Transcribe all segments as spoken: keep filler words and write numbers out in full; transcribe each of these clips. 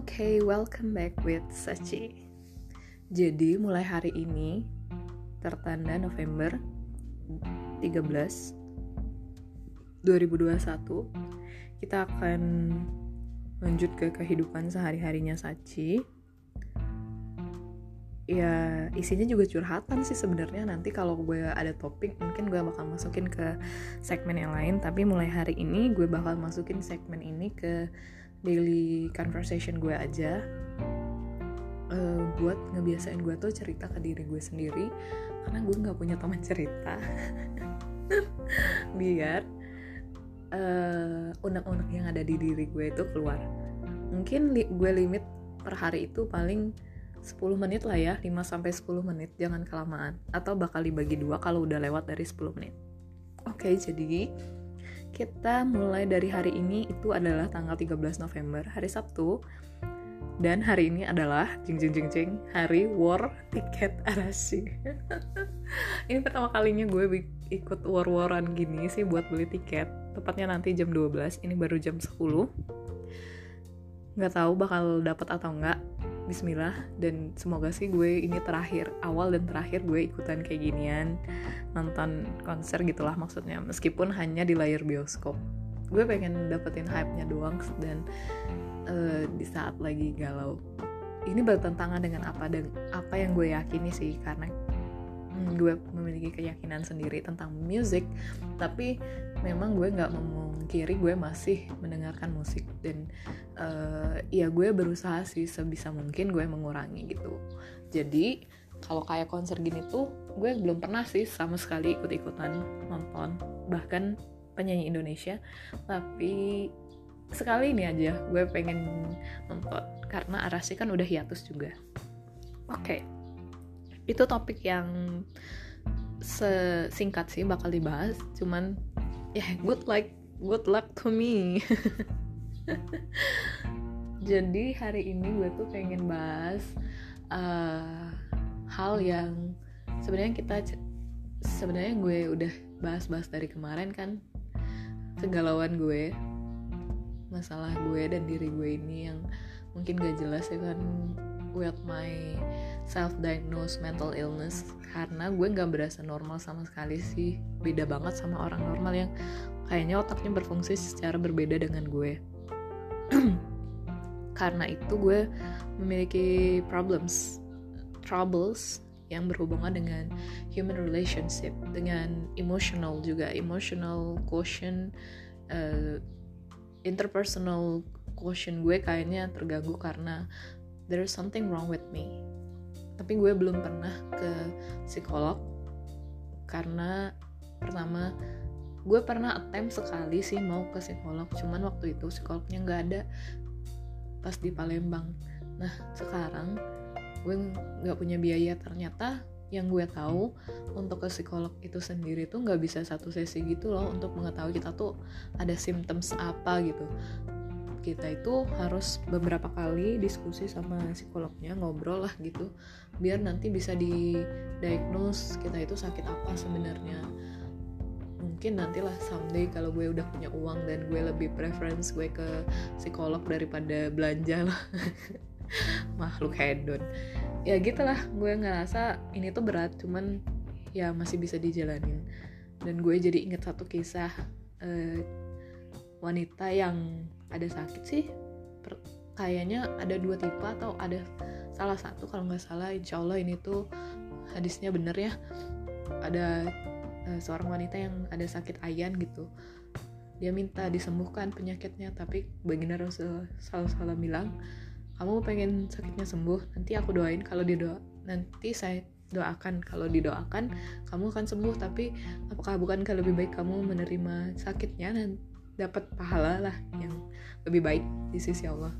Oke, welcome back with Sachi. Jadi mulai hari ini tertanda November tiga belas dua ribu dua puluh satu kita akan lanjut ke kehidupan sehari-harinya Sachi. Ya isinya juga curhatan sih sebenarnya. Nanti kalau gue ada topik mungkin gue bakal masukin ke segmen yang lain. Tapi mulai hari ini gue bakal masukin segmen ini ke daily conversation gue aja, uh, buat ngebiasain gue tuh cerita ke diri gue sendiri, karena gue nggak punya teman cerita. Biar uh, unek-unek yang ada di diri gue itu keluar. Mungkin li- gue limit per hari itu paling sepuluh menit lah ya, lima sampai sepuluh menit, jangan kelamaan, atau bakal dibagi dua kalau udah lewat dari sepuluh menit. Oke, okay, jadi kita mulai dari hari ini. Itu adalah tanggal tiga belas November, hari Sabtu. Dan hari ini adalah jing jing jing jing hari war tiket Arashi. Ini pertama kalinya gue ikut war-waran gini sih buat beli tiket. Tepatnya nanti jam dua belas, ini baru jam sepuluh. Gak tahu bakal dapat atau enggak. Bismillah, dan semoga sih gue ini terakhir, awal dan terakhir gue ikutan kayak ginian, nonton konser gitulah maksudnya, meskipun hanya di layar bioskop. Gue pengen dapetin hype-nya doang, dan uh, di saat lagi galau ini bertentangan dengan apa dan apa yang gue yakini sih, karena hmm, gue memiliki keyakinan sendiri tentang musik, tapi memang gue nggak memungkiri gue masih mendengarkan musik, dan uh, ya gue berusaha sih sebisa mungkin gue mengurangi gitu. Jadi kalau kayak konser gini tuh gue belum pernah sih sama sekali ikut-ikutan nonton, bahkan penyanyi Indonesia. Tapi sekali ini aja gue pengen nonton, karena Arashi kan udah hiatus juga. Oke, okay. Itu topik yang sesingkat sih bakal dibahas, cuman ya yeah, good luck, good luck to me. Jadi hari ini gue tuh pengen bahas uh, hal yang sebenarnya kita sebenarnya gue udah bahas-bahas dari kemarin kan, kegalauan gue, masalah gue dan diri gue ini yang mungkin gak jelas ya kan, with my self-diagnosed mental illness. Karena gue gak berasa normal sama sekali sih, beda banget sama orang normal yang kayaknya otaknya berfungsi secara berbeda dengan gue. Karena itu gue memiliki problems troubles yang berhubungan dengan human relationship, dengan emotional juga, emotional quotient, uh, interpersonal quotient gue kayaknya terganggu karena there's something wrong with me. Tapi gue belum pernah ke psikolog, karena pertama gue pernah attempt sekali sih mau ke psikolog, cuman waktu itu psikolognya gak ada pas di Palembang. Nah sekarang gue gak punya biaya. Ternyata yang gue tahu untuk ke psikolog itu sendiri tuh gak bisa satu sesi gitu loh, untuk mengetahui kita tuh ada symptoms apa gitu. Kita itu harus beberapa kali diskusi sama psikolognya, ngobrol lah gitu, biar nanti bisa di-diagnose kita itu sakit apa sebenarnya. Mungkin nantilah someday kalau gue udah punya uang dan gue lebih preference gue ke psikolog daripada belanja lah. Makhluk hedon. Ya gitulah, gue ngerasa ini tuh berat, cuman ya masih bisa dijalanin. Dan gue jadi inget satu kisah uh, wanita yang ada sakit sih, per, kayaknya ada dua tipe atau ada salah satu kalau nggak salah, insya Allah ini tuh hadisnya bener ya. Ada uh, seorang wanita yang ada sakit ayan gitu, dia minta disembuhkan penyakitnya, tapi baginda Rasul sallallahu alaihi wasallam bilang, kamu pengen sakitnya sembuh, nanti aku doain, kalau didoa nanti saya doakan, kalau didoakan kamu akan sembuh, tapi apakah bukankah lebih baik kamu menerima sakitnya dan dapat pahala lah yang lebih baik di sisi Allah.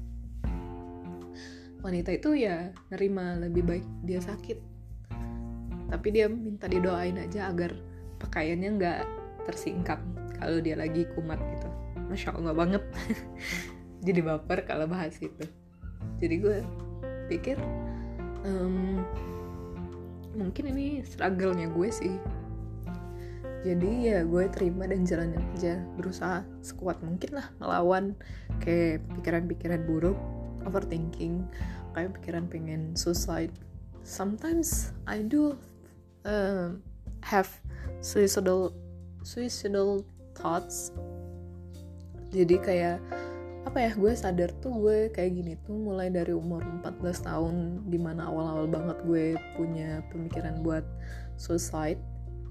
Wanita itu ya nerima lebih baik dia sakit, tapi dia minta didoain aja agar pakaiannya gak tersingkap kalau dia lagi kumat gitu. Masya Allah banget. Jadi baper kalau bahas itu. Jadi gue pikir um, mungkin ini struggle-nya gue sih. Jadi ya gue terima dan jalanin aja, berusaha sekuat mungkin lah melawan kayak pikiran-pikiran buruk overthinking, kayak pikiran pengen suicide. Sometimes I do uh, have suicidal suicidal thoughts. Jadi kayak apa ya, gue sadar tuh gue kayak gini tuh mulai dari umur empat belas tahun, dimana awal-awal banget gue punya pemikiran buat suicide.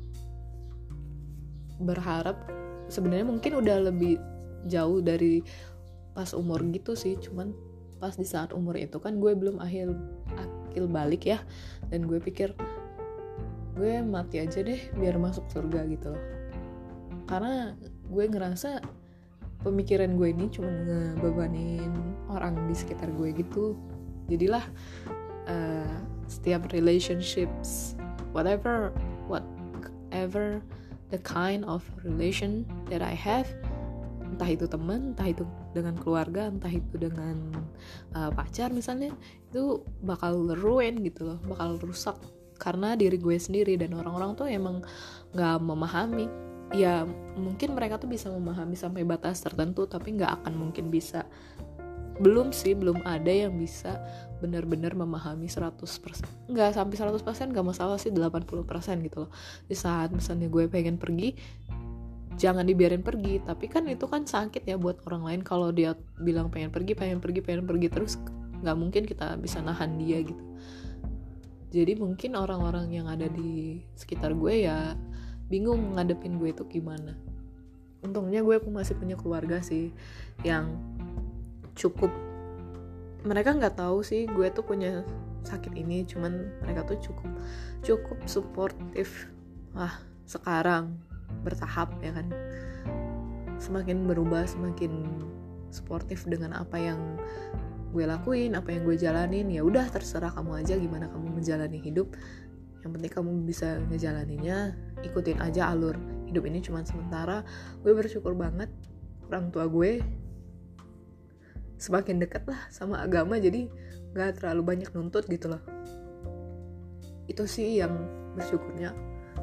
Berharap sebenarnya mungkin udah lebih jauh dari pas umur gitu sih, cuman pas di saat umur itu kan gue belum akhir akil balik ya, dan gue pikir gue mati aja deh biar masuk surga gitu loh. Karena gue ngerasa pemikiran gue ini cuma ngebebanin orang di sekitar gue gitu. Jadilah uh, setiap relationships, whatever whatever the kind of relation that I have, entah itu teman, entah itu dengan keluarga, entah itu dengan uh, pacar misalnya, itu bakal ruin gitu loh, bakal rusak karena diri gue sendiri. Dan orang-orang tuh emang gak memahami. Ya mungkin mereka tuh bisa memahami sampai batas tertentu, tapi gak akan mungkin bisa, belum sih, belum ada yang bisa benar-benar memahami seratus persen. Gak sampai seratus persen gak masalah sih, delapan puluh persen gitu loh. Di saat misalnya gue pengen pergi, jangan dibiarin pergi. Tapi kan itu kan sakit ya buat orang lain. Kalau dia bilang pengen pergi, pengen pergi, pengen pergi terus, gak mungkin kita bisa nahan dia gitu. Jadi mungkin orang-orang yang ada di sekitar gue ya bingung ngadepin gue itu gimana. Untungnya gue masih punya keluarga sih yang cukup, mereka nggak tahu sih gue tuh punya sakit ini, cuman mereka tuh cukup cukup suportif. Wah, sekarang bertahap ya kan, semakin berubah, semakin suportif dengan apa yang gue lakuin, apa yang gue jalanin. Ya udah, terserah kamu aja gimana kamu menjalani hidup, yang penting kamu bisa ngejalaninnya, ikutin aja alur hidup ini cuma sementara. Gue bersyukur banget orang tua gue semakin dekat lah sama agama, jadi gak terlalu banyak nuntut gitu loh. Itu sih yang bersyukurnya.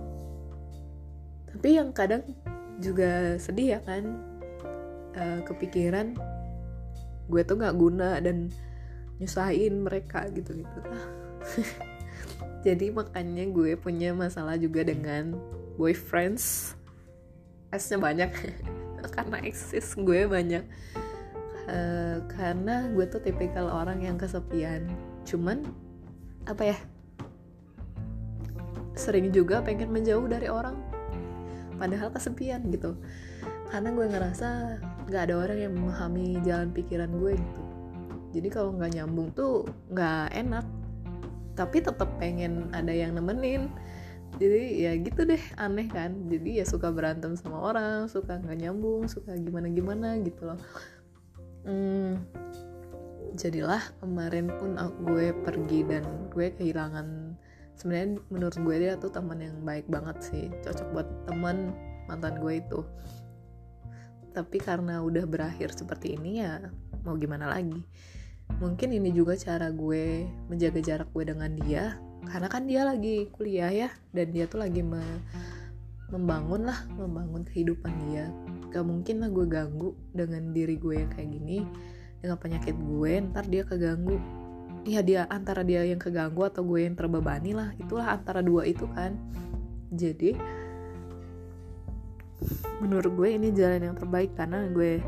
Tapi yang kadang juga sedih ya kan, uh, kepikiran gue tuh gak guna dan nyusahin mereka gitu-gitu. Jadi makanya gue punya masalah juga dengan boyfriends. S-nya banyak karena eksis gue banyak. Uh, karena gue tuh tipikal orang yang kesepian. Cuman apa ya, sering juga pengen menjauh dari orang padahal kesepian gitu. Karena gue ngerasa gak ada orang yang memahami jalan pikiran gue gitu. Jadi kalau gak nyambung tuh gak enak, tapi tetap pengen ada yang nemenin. Jadi ya gitu deh, aneh kan. Jadi ya suka berantem sama orang, suka gak nyambung, suka gimana-gimana gitu loh. hmm, Jadilah kemarin pun gue pergi dan gue kehilangan, sebenarnya menurut gue dia tuh teman yang baik banget sih, cocok buat teman mantan gue itu. Tapi karena udah berakhir seperti ini ya mau gimana lagi. Mungkin ini juga cara gue menjaga jarak gue dengan dia, karena kan dia lagi kuliah ya, dan dia tuh lagi me- membangun lah, membangun kehidupan dia. Gak mungkin lah gue ganggu dengan diri gue yang kayak gini, dengan penyakit gue, ntar dia keganggu. Ya dia, antara dia yang keganggu atau gue yang terbebani lah, itulah antara dua itu kan. Jadi menurut gue ini jalan yang terbaik, karena gue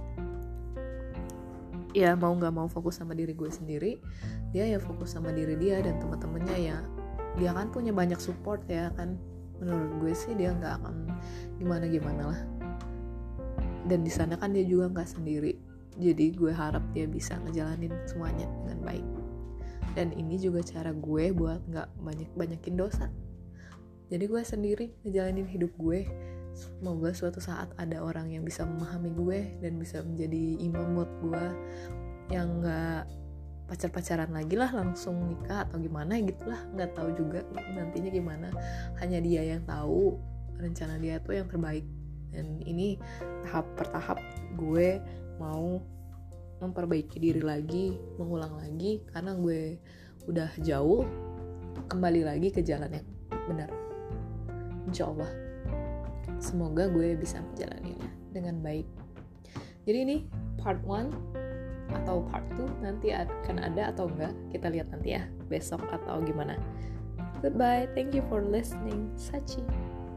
ya mau nggak mau fokus sama diri gue sendiri, dia ya fokus sama diri dia dan teman-temannya. Ya dia kan punya banyak support ya kan, menurut gue sih dia nggak akan gimana gimana lah. Dan di sana kan dia juga nggak sendiri, jadi gue harap dia bisa ngejalanin semuanya dengan baik. Dan ini juga cara gue buat nggak banyak banyakin dosa. Jadi gue sendiri ngejalanin hidup gue. Semoga suatu saat ada orang yang bisa memahami gue dan bisa menjadi imam buat gue, yang gak pacar-pacaran lagi lah, langsung nikah atau gimana gitu lah. Gak tahu juga nantinya gimana, hanya dia yang tahu rencana dia tuh yang terbaik. Dan ini tahap per tahap gue mau memperbaiki diri lagi, mengulang lagi, karena gue udah jauh, kembali lagi ke jalan yang benar, insya Allah. Semoga gue bisa menjalaninya dengan baik. Jadi ini part one atau part two nanti akan ada atau enggak, kita lihat nanti ya besok atau gimana. Goodbye, thank you for listening. Sachi.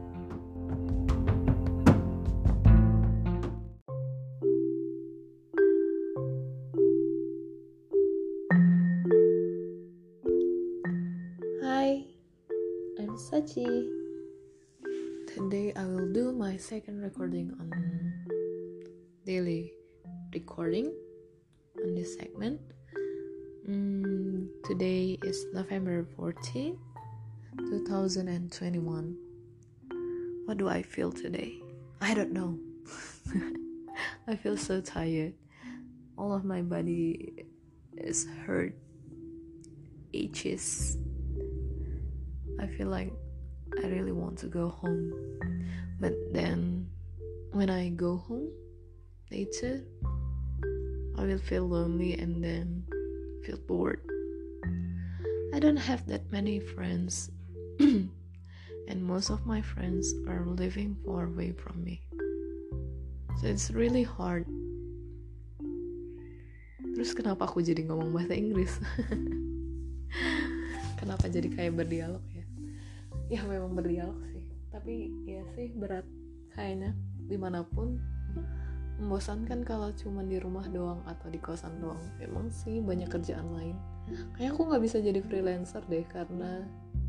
Hi, I'm Sachi. Today I will do my second recording on daily recording on this segment. Mm, today is November fourteenth, twenty twenty-one. What do I feel today? I don't know. I feel so tired. All of my body is hurt, itches. I feel like I really want to go home. But then when I go home later, I will feel lonely and then feel bored. I don't have that many friends. And most of my friends are living far away from me. So it's really hard. Terus kenapa aku jadi ngomong bahasa Inggris? Kenapa jadi kayak berdialog ya? Ya memang berdialog sih. Tapi ya sih berat kayaknya dimanapun. Membosankan kalau cuma di rumah doang atau di kosan doang. Emang sih banyak kerjaan lain. Kayaknya aku gak bisa jadi freelancer deh, karena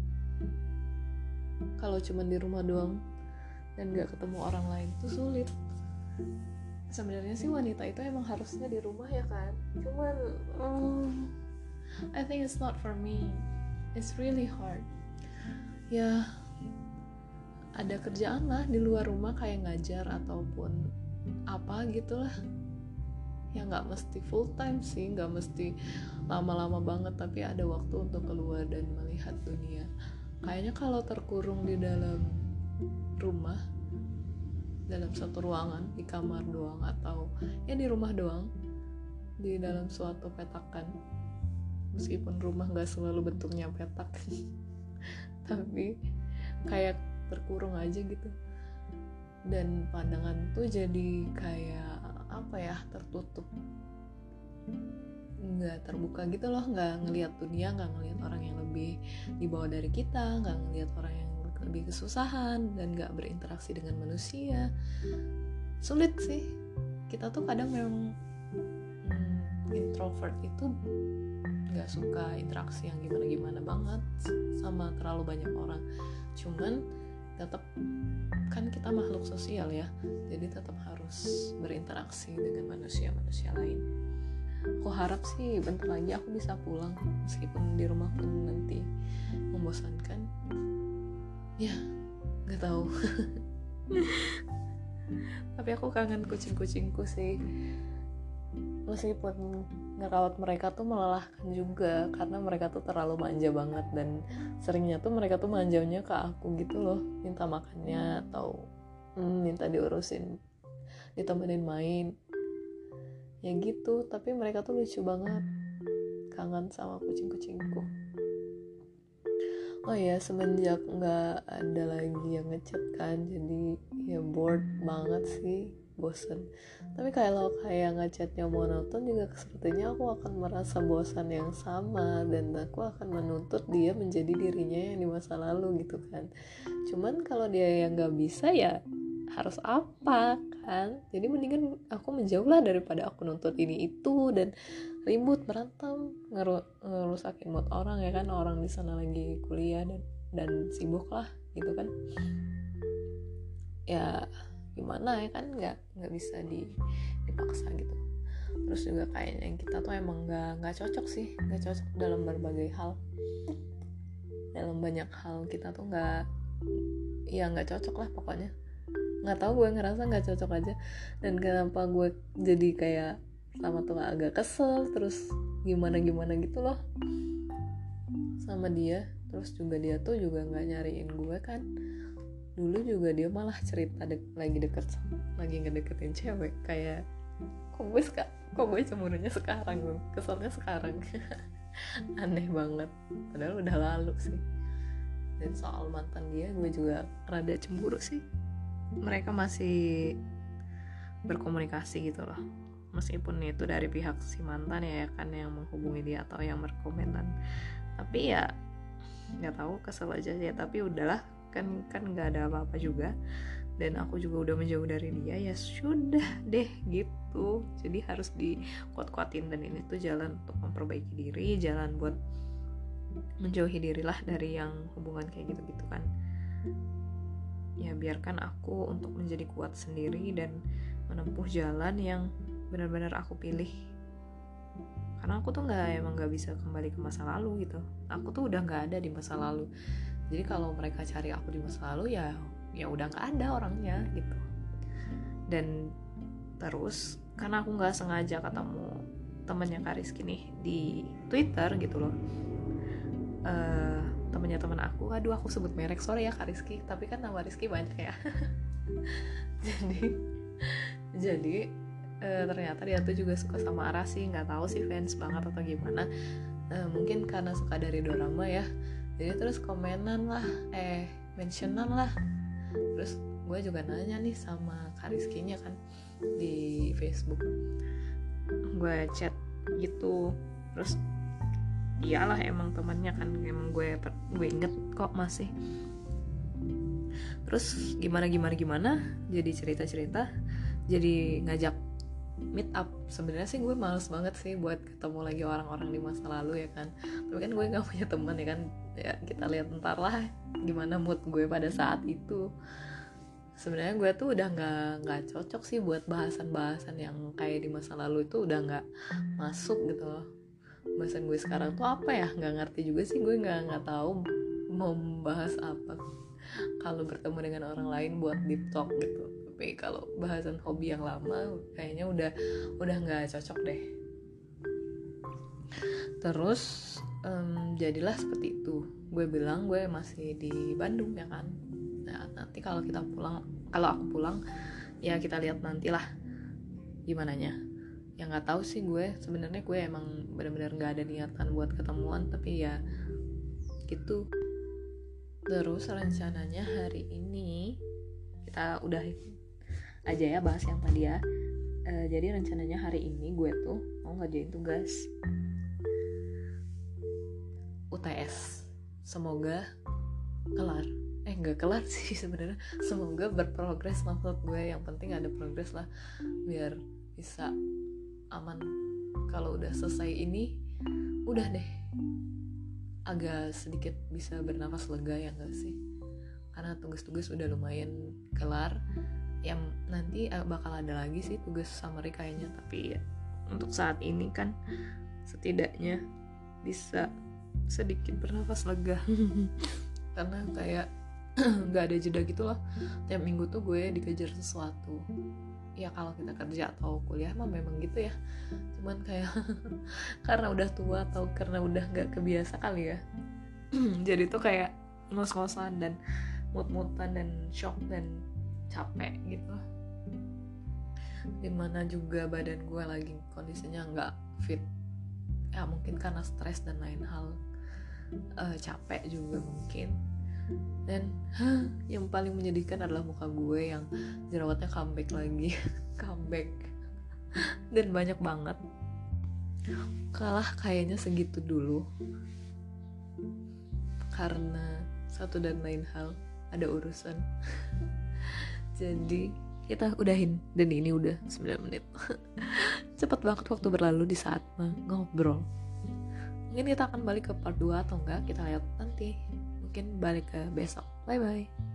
kalau cuma di rumah doang dan gak ketemu orang lain itu sulit. Sebenarnya sih wanita itu emang harusnya di rumah ya kan. Cuman um, I think it's not for me. It's really hard. Ya ada kerjaan lah di luar rumah kayak ngajar ataupun apa gitulah. Ya nggak mesti full time sih, nggak mesti lama-lama banget, tapi ada waktu untuk keluar dan melihat dunia. Kayaknya kalau terkurung di dalam rumah, dalam satu ruangan, di kamar doang atau ya di rumah doang, di dalam suatu petakan, meskipun rumah nggak selalu bentuknya petak, tapi kayak terkurung aja gitu. Dan pandangan tuh jadi kayak apa ya, tertutup, nggak terbuka gitu loh, nggak ngelihat dunia, nggak ngelihat orang yang lebih di bawah dari kita, nggak ngelihat orang yang lebih kesusahan, dan nggak berinteraksi dengan manusia. Sulit sih. Kita tuh kadang memang hmm, introvert itu nggak suka interaksi yang gimana-gimana banget sama terlalu banyak orang. Cuman tetap kan kita makhluk sosial ya, jadi tetap harus berinteraksi dengan manusia-manusia lain. Aku harap sih bentar lagi aku bisa pulang, meskipun di rumah pun nanti membosankan. Ya, nggak tahu. Tapi aku kangen kucing-kucingku sih. Meskipun ngerawat mereka tuh melelahkan juga, karena mereka tuh terlalu manja banget, dan seringnya tuh mereka tuh manjanya ke aku gitu loh, minta makannya atau hmm, minta diurusin, ditemenin main ya gitu. Tapi mereka tuh lucu banget. Kangen sama kucing-kucingku. Oh ya, semenjak nggak ada lagi yang ngechat kan, jadi ya bored banget sih, bosan. Tapi kalau kayak ngechatnya monoton juga sepertinya aku akan merasa bosan yang sama, dan aku akan menuntut dia menjadi dirinya yang di masa lalu gitu kan. Cuman kalau dia yang nggak bisa, ya harus apa kan? Jadi mendingan aku menjauh lah daripada aku nuntut ini itu dan ribut, berantem, ngeru- ngerusakin mood orang ya kan. Orang di sana lagi kuliah dan dan sibuk lah gitu kan. Ya gimana ya kan, nggak nggak bisa di, dipaksa gitu. Terus juga kayaknya kita tuh emang nggak nggak cocok sih, nggak cocok dalam berbagai hal. Dalam banyak hal kita tuh nggak, ya nggak cocok lah pokoknya. Nggak tahu, gue ngerasa nggak cocok aja. Dan kenapa gue jadi kayak sama tuh agak kesel, terus gimana gimana gitu loh sama dia. Terus juga dia tuh juga nggak nyariin gue kan. Dulu juga dia malah cerita de- lagi deket lagi ngedeketin cewek. Kayak kok gue suka, kok gue cemburunya sekarang, keselnya sekarang. Aneh banget, padahal udah lalu sih. Dan soal mantan dia, gue juga rada cemburu sih. Mereka masih berkomunikasi gitu loh. meskipun itu dari pihak si mantan ya kan yang menghubungi dia atau yang berkomentan. Tapi ya nggak tahu, kesel aja ya, tapi udahlah, kan kan nggak ada apa-apa juga, dan aku juga udah menjauh dari dia, ya sudah deh gitu. Jadi harus dikuat-kuatin, dan ini tuh jalan untuk memperbaiki diri, jalan buat menjauhi dirilah dari yang hubungan kayak gitu-gitu kan. Ya biarkan aku untuk menjadi kuat sendiri dan menempuh jalan yang benar-benar aku pilih, karena aku tuh nggak emang nggak bisa kembali ke masa lalu gitu. Aku tuh udah nggak ada di masa lalu. Jadi kalau mereka cari aku di masa lalu, ya ya udah nggak ada orangnya gitu. Dan terus karena aku nggak sengaja ketemu temannya Kak Rizky nih di Twitter gitu loh, uh, temannya teman aku, aduh aku sebut merek, sorry ya Kak Rizky, tapi kan nama Rizky banyak ya. jadi jadi uh, ternyata dia tuh juga suka sama Ara sih, nggak tahu sih fans banget atau gimana, uh, mungkin karena suka dari dorama ya. Jadi terus komenan lah, eh mentionan lah. Terus gue juga nanya nih sama Kak Rizky-nya kan di Facebook, gue chat gitu. Terus iyalah emang temannya kan, emang gue gue inget kok masih. Terus gimana gimana gimana, jadi cerita cerita, jadi ngajak meet up. Sebenarnya sih gue males banget sih buat ketemu lagi orang-orang di masa lalu ya kan, tapi kan gue nggak punya teman ya kan. Ya kita lihat ntar lah gimana mood gue pada saat itu. Sebenarnya gue tuh udah nggak nggak cocok sih buat bahasan-bahasan yang kayak di masa lalu, itu udah nggak masuk gitu loh. Bahasan gue sekarang tuh apa ya, nggak ngerti juga sih, gue nggak nggak tahu mau membahas apa kalau bertemu dengan orang lain buat deep talk gitu. Tapi kalau bahasan hobi yang lama kayaknya udah udah nggak cocok deh. Terus um, jadilah seperti itu. Gue bilang gue masih di Bandung ya kan. Nah, nanti kalau kita pulang, kalau aku pulang, ya kita lihat nantilah gimana nya. Ya nggak tahu sih, gue sebenarnya gue emang benar-benar nggak ada niatan buat ketemuan, tapi ya gitu. Terus rencananya hari ini kita udah aja ya bahas yang tadi ya. E, jadi rencananya hari ini gue tuh mau ngerjain tugas U T S. Semoga kelar. Eh nggak kelar sih sebenarnya. Semoga berprogres, maksud gue. Yang penting ada progres lah, biar bisa aman. Kalau udah selesai ini, udah deh agak sedikit bisa bernafas lega ya nggak sih? Karena tugas-tugas udah lumayan kelar. Yang nanti bakal ada lagi sih tugas summary kayaknya, tapi ya untuk saat ini kan setidaknya bisa sedikit bernafas lega. Karena kayak nggak ada jeda gitu loh. Tiap minggu tuh gue dikejar sesuatu. Ya kalau kita kerja atau kuliah mah memang gitu ya. Cuman kayak karena udah tua atau karena udah nggak kebiasa kali ya. Jadi tuh kayak ngos-ngosan dan mut-mutan dan shock dan capek gitu. Dimana juga badan gue lagi kondisinya nggak fit. Ya mungkin karena stres dan lain hal. Uh, capek juga mungkin. Dan huh, yang paling menyedihkan adalah muka gue yang jerawatnya comeback lagi. Comeback. Dan banyak banget. Kalah kayaknya segitu dulu. Karena satu dan lain hal ada urusan. Jadi kita udahin. Dan ini udah sembilan menit. Cepat banget waktu berlalu di saat ngobrol. Mungkin kita akan balik ke part dua atau enggak, kita lihat nanti. Mungkin balik ke besok. Bye bye.